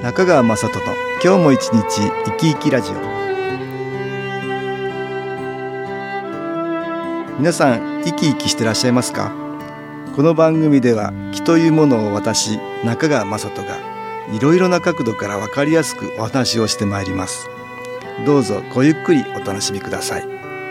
中川雅人の今日も一日生き生きラジオ。皆さん生き生きしてらっしゃいますか？この番組では気というものを私中川雅人がいろいろな角度から分かりやすくお話をしてまいります。どうぞごゆっくりお楽しみください。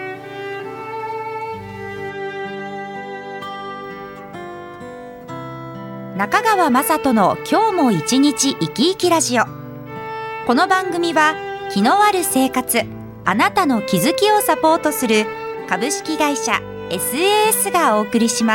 中川雅人の今日も一日生き生きラジオ。この番組は気のある生活、あなたの気づきをサポートする株式会社 SAS がお送りします。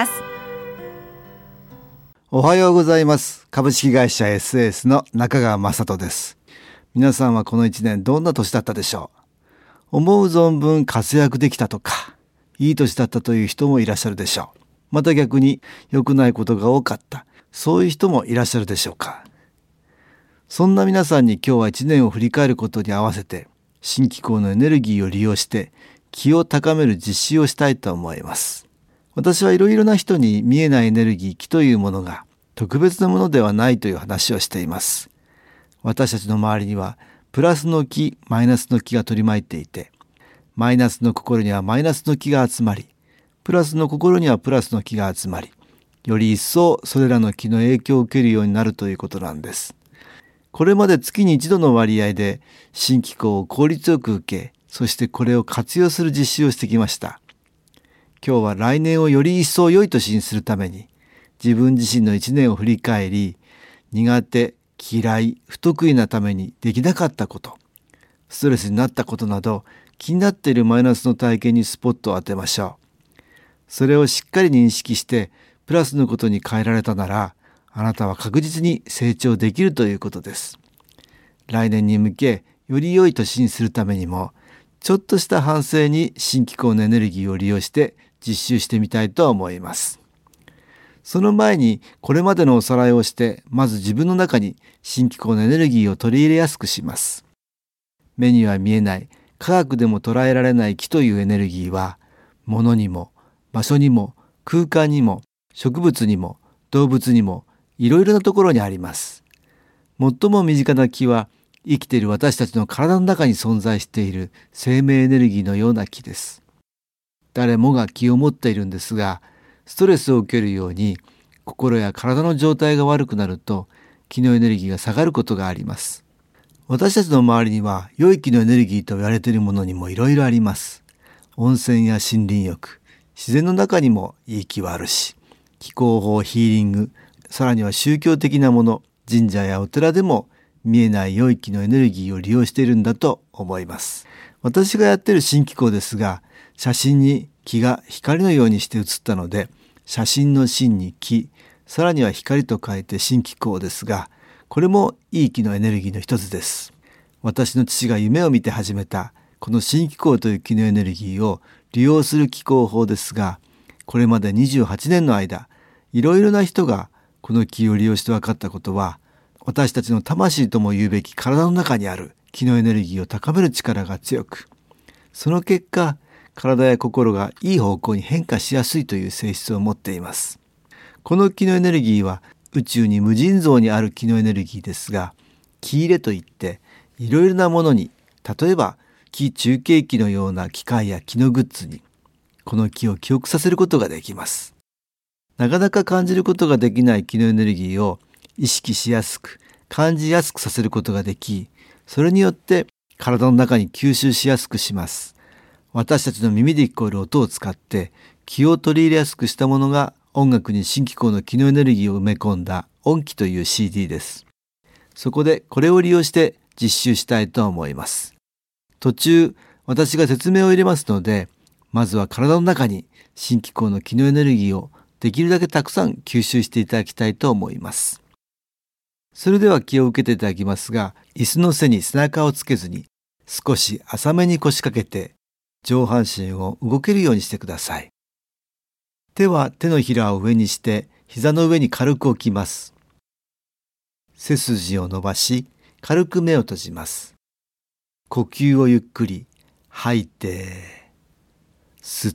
おはようございます。株式会社 SAS の中川雅人です。皆さんはこの1年どんな年だったでしょう？思う存分活躍できたとか、いい年だったという人もいらっしゃるでしょう。また逆に良くないことが多かった、そういう人もいらっしゃるでしょうか。そんな皆さんに今日は1年を振り返ることに合わせて、新機構のエネルギーを利用して気を高める実習をしたいと思います。私はいろいろな人に見えないエネルギー、気というものが特別なものではないという話をしています。私たちの周りにはプラスの気、マイナスの気が取り巻いていて、マイナスの心にはマイナスの気が集まり、プラスの心にはプラスの気が集まり、より一層それらの気の影響を受けるようになるということなんです。これまで月に一度の割合で新機構を効率よく受け、そしてこれを活用する実習をしてきました。今日は来年をより一層良い年にするために、自分自身の一年を振り返り、苦手、嫌い、不得意なためにできなかったこと、ストレスになったことなど、気になっているマイナスの体験にスポットを当てましょう。それをしっかり認識して、プラスのことに変えられたなら、あなたは確実に成長できるということです。来年に向け、より良い年にするためにも、ちょっとした反省に新機構のエネルギーを利用して実習してみたいと思います。その前に、これまでのおさらいをして、まず自分の中に新機構のエネルギーを取り入れやすくします。目には見えない、科学でも捉えられない気というエネルギーは、物にも、場所にも、空間にも、植物にも動物にもいろいろなところにあります。最も身近な気は生きている私たちの体の中に存在している生命エネルギーのような気です。誰もが気を持っているんですが、ストレスを受けるように心や体の状態が悪くなると気のエネルギーが下がることがあります。私たちの周りには良い気のエネルギーと言われているものにもいろいろあります。温泉や森林浴、自然の中にもいい気はあるし、気候法、ヒーリング、さらには宗教的なもの、神社やお寺でも見えない良い気のエネルギーを利用しているんだと思います。私がやっている新機構ですが、写真に気が光のようにして写ったので、写真の真に気、さらには光と書いて新機構ですが、これもいい気のエネルギーの一つです。私の父が夢を見て始めたこの新機構という気のエネルギーを利用する気候法ですが、これまで28年の間、いろいろな人がこの気を利用して分かったことは、私たちの魂とも言うべき体の中にある気のエネルギーを高める力が強く、その結果、体や心がいい方向に変化しやすいという性質を持っています。この気のエネルギーは宇宙に無尽蔵にある気のエネルギーですが、気入れといっていろいろなものに、例えば気中継機のような機械や気のグッズに、この気を記憶させることができます。なかなか感じることができない気のエネルギーを意識しやすく、感じやすくさせることができ、それによって体の中に吸収しやすくします。私たちの耳で聞こえる音を使って気を取り入れやすくしたものが、音楽に新機構の気のエネルギーを埋め込んだ音気という CD です。そこでこれを利用して実習したいと思います。途中、私が説明を入れますので、まずは体の中に新機構の気のエネルギーをできるだけたくさん吸収していただきたいと思います。それでは気を受けていただきますが、椅子の背に背中をつけずに少し浅めに腰掛けて上半身を動けるようにしてください。手は手のひらを上にして膝の上に軽く置きます。背筋を伸ばし軽く目を閉じます。呼吸をゆっくり吐いて吸って、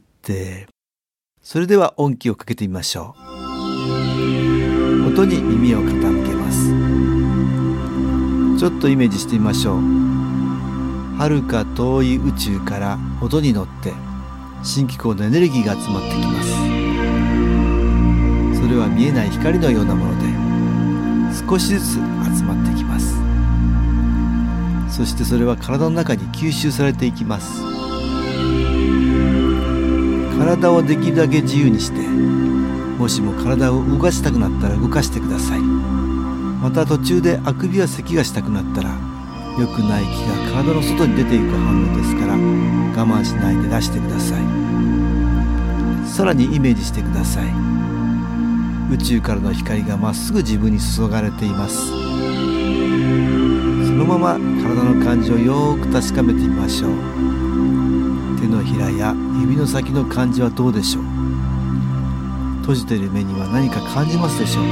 それでは音気をかけてみましょう。音に耳を傾けます。 ちょっとイメージしてみましょう。遥か遠い宇宙から音に乗って新機構のエネルギーが集まってきます。それは見えない光のようなもので少しずつ集まってきます。そしてそれは体の中に吸収されていきます。体をできるだけ自由にして、もしも体を動かしたくなったら動かしてください。また途中であくびや咳がしたくなったら、良くない気が体の外に出ていく反応ですから、我慢しないで出してください。さらにイメージしてください。宇宙からの光がまっすぐ自分に注がれています。そのまま体の感じをよーく確かめてみましょう。手のひらや指の先の感じはどうでしょう。閉じている目には何か感じますでしょう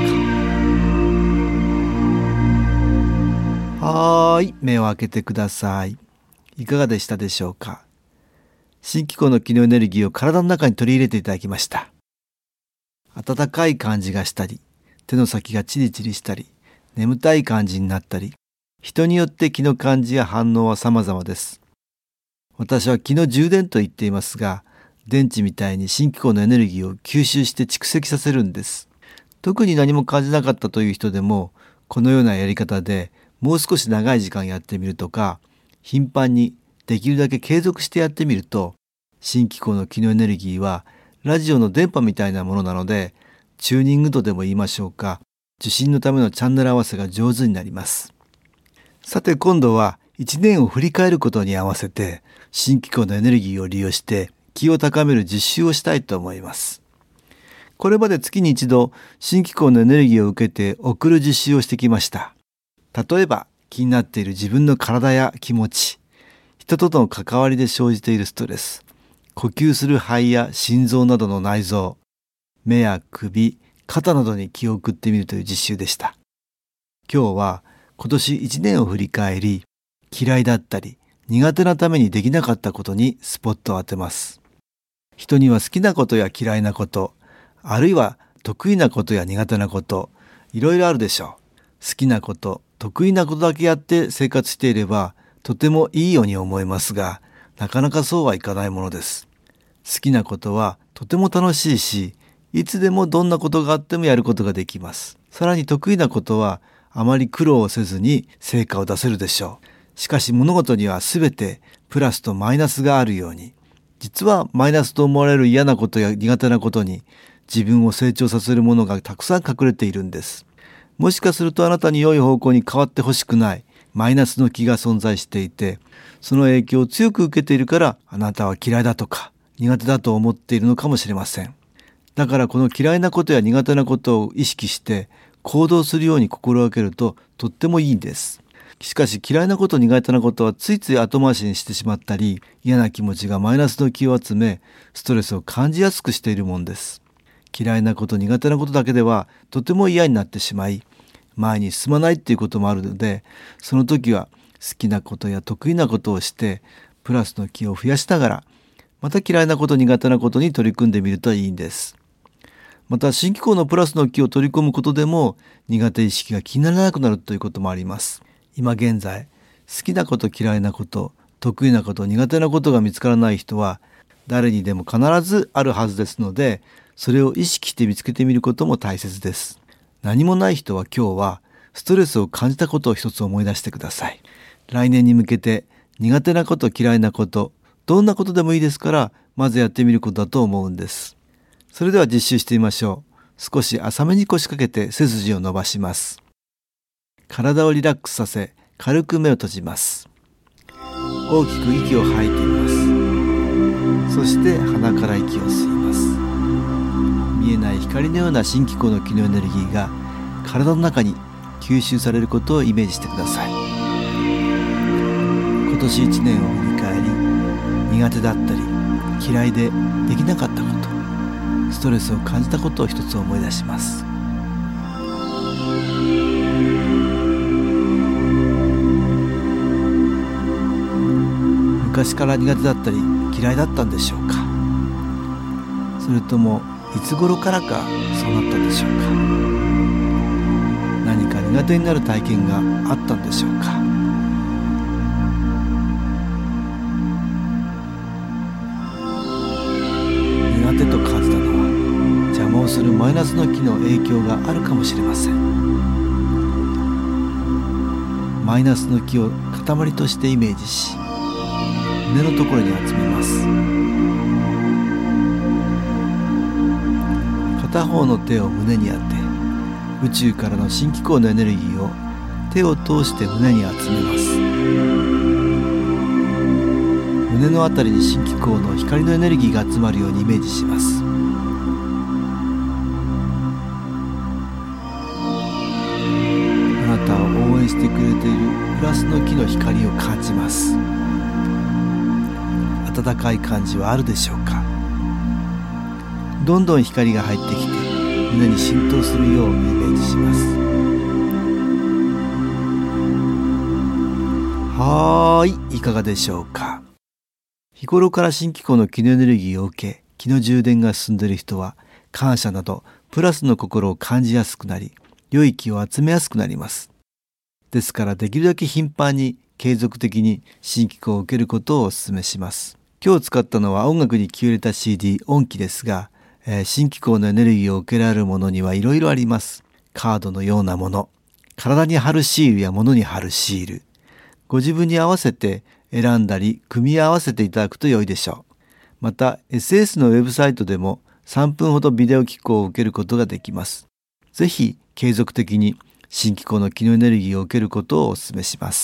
か。はーい、目を開けてください。いかがでしたでしょうか。新機構の気のエネルギーを体の中に取り入れていただきました。暖かい感じがしたり、手の先がチリチリしたり、眠たい感じになったり、人によって気の感じや反応は様々です。私は気の充電と言っていますが、電池みたいに新機構のエネルギーを吸収して蓄積させるんです。特に何も感じなかったという人でも、このようなやり方でもう少し長い時間やってみるとか、頻繁にできるだけ継続してやってみると、新機構の気のエネルギーはラジオの電波みたいなものなので、チューニングとでも言いましょうか、受信のためのチャンネル合わせが上手になります。さて今度は1年を振り返ることに合わせて、新機構のエネルギーを利用して気を高める実習をしたいと思います。これまで月に一度新機構のエネルギーを受けて送る実習をしてきました。例えば気になっている自分の体や気持ち、人との関わりで生じているストレス、呼吸する肺や心臓などの内臓、目や首、肩などに気を送ってみるという実習でした。今日は今年1年を振り返り、嫌いだったり苦手なためにできなかったことにスポットを当てます。人には好きなことや嫌いなこと、あるいは得意なことや苦手なこと、いろいろあるでしょう。好きなこと、得意なことだけやって生活していればとてもいいように思えますが、なかなかそうはいかないものです。好きなことはとても楽しいし、いつでもどんなことがあってもやることができます。さらに得意なことはあまり苦労をせずに成果を出せるでしょう。しかし物事にはすべてプラスとマイナスがあるように、実はマイナスと思われる嫌なことや苦手なことに自分を成長させるものがたくさん隠れているんです。もしかするとあなたに良い方向に変わってほしくないマイナスの気が存在していて、その影響を強く受けているからあなたは嫌いだとか苦手だと思っているのかもしれません。だからこの嫌いなことや苦手なことを意識して行動するように心がけるととってもいいんです。しかし嫌いなこと苦手なことはついつい後回しにしてしまったり、嫌な気持ちがマイナスの気を集めストレスを感じやすくしているもんです。嫌いなこと苦手なことだけではとても嫌になってしまい、前に進まないっていうこともあるので、その時は好きなことや得意なことをしてプラスの気を増やしながら、また嫌いなこと苦手なことに取り組んでみるといいんです。また新機構のプラスの気を取り込むことでも苦手意識が気にならなくなるということもあります。今現在好きなこと嫌いなこと得意なこと苦手なことが見つからない人は誰にでも必ずあるはずですので、それを意識して見つけてみることも大切です。何もない人は今日はストレスを感じたことを一つ思い出してください。来年に向けて苦手なこと嫌いなことどんなことでもいいですから、まずやってみることだと思うんです。それでは実習してみましょう。少し浅めに腰掛けて背筋を伸ばします。体をリラックスさせ、軽く目を閉じます。大きく息を吐いています。そして鼻から息を吸います。見えない光のような新機構の気のエネルギーが体の中に吸収されることをイメージしてください。今年1年を振り返り、苦手だったり嫌いでできなかったこと、ストレスを感じたことを一つ思い出します。昔から苦手だったり嫌いだったんでしょうか。それともいつ頃からかそうなったでしょうか。何か苦苦手になる体験があったんでしょうか。苦手と感じたのは邪魔をするマイナスの気の影響があるかもしれません。マイナスの気を塊としてイメージし、胸のところに集めます。片方の手を胸に当て、宇宙からの新機構のエネルギーを手を通して胸に集めます。胸のあたりに新機構の光のエネルギーが集まるようにイメージします。あなたを応援してくれているプラスの気の光を感じます。温かい感じはあるでしょうか。どんどん光が入ってきて胸に浸透するようにイメージします。いかがでしょうか。日頃から新機構の気のエネルギーを受け、気の充電が進んでいる人は感謝などプラスの心を感じやすくなり、良い気を集めやすくなります。ですからできるだけ頻繁に継続的に新機構を受けることをお勧めします。今日使ったのは音楽に気を入れた CD 音機ですが、新機構のエネルギーを受けられるものにはいろいろあります。カードのようなもの、体に貼るシールや物に貼るシール、ご自分に合わせて選んだり組み合わせていただくと良いでしょう。また SS のウェブサイトでも3分ほどビデオ機構を受けることができます。ぜひ継続的に新機構の気のエネルギーを受けることをお勧めします。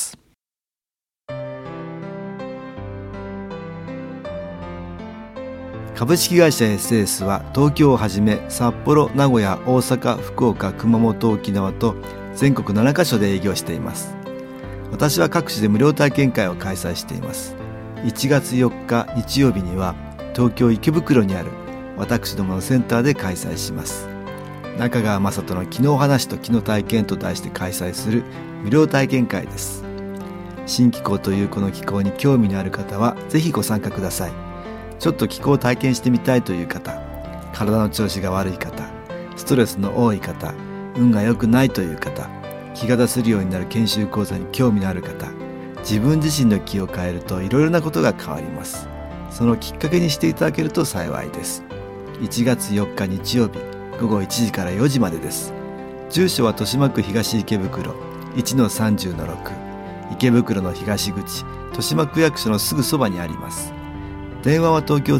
株式会社 SS は東京をはじめ札幌、名古屋、大阪、福岡、熊本、沖縄と全国7カ所で営業しています。私は各地で無料体験会を開催しています。1月4日日曜日には東京池袋にある私どものセンターで開催します。中川雅人の気の話と気の体験と題して開催する無料体験会です。新気候というこの気候に興味のある方はぜひご参加ください。ちょっと気候を体験してみたいという方、体の調子が悪い方、ストレスの多い方、運が良くないという方、気が出せるようになる研修講座に興味のある方、自分自身の気を変えるといろいろなことが変わります。そのきっかけにしていただけると幸いです。1月4日日曜日午後1時から4時までです。住所は豊島区東池袋 1-30-6、 池袋の東口豊島区役所のすぐそばにあります。電話は東京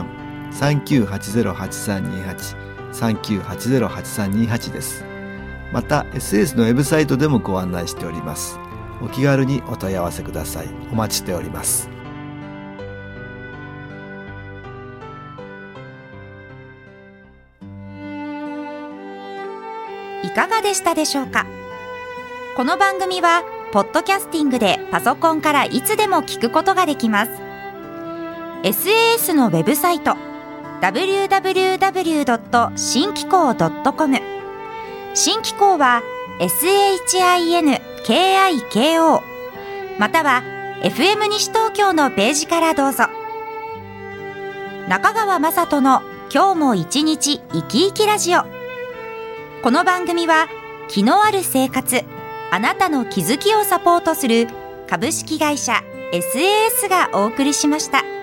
03-3980-8328 3980-8328 です。また SS のウェブサイトでもご案内しております。お気軽にお問い合わせください。お待ちしております。 いかがでしたでしょうか。この番組はポッドキャスティングでパソコンからいつでも聞くことができます。SAS のウェブサイト www.新機構.com、 新機構は SHINKIKO、 または FM 西東京のページからどうぞ。中川雅人の今日も一日生き生きラジオ。この番組は気のある生活、あなたの気づきをサポートする株式会社 SAS がお送りしました。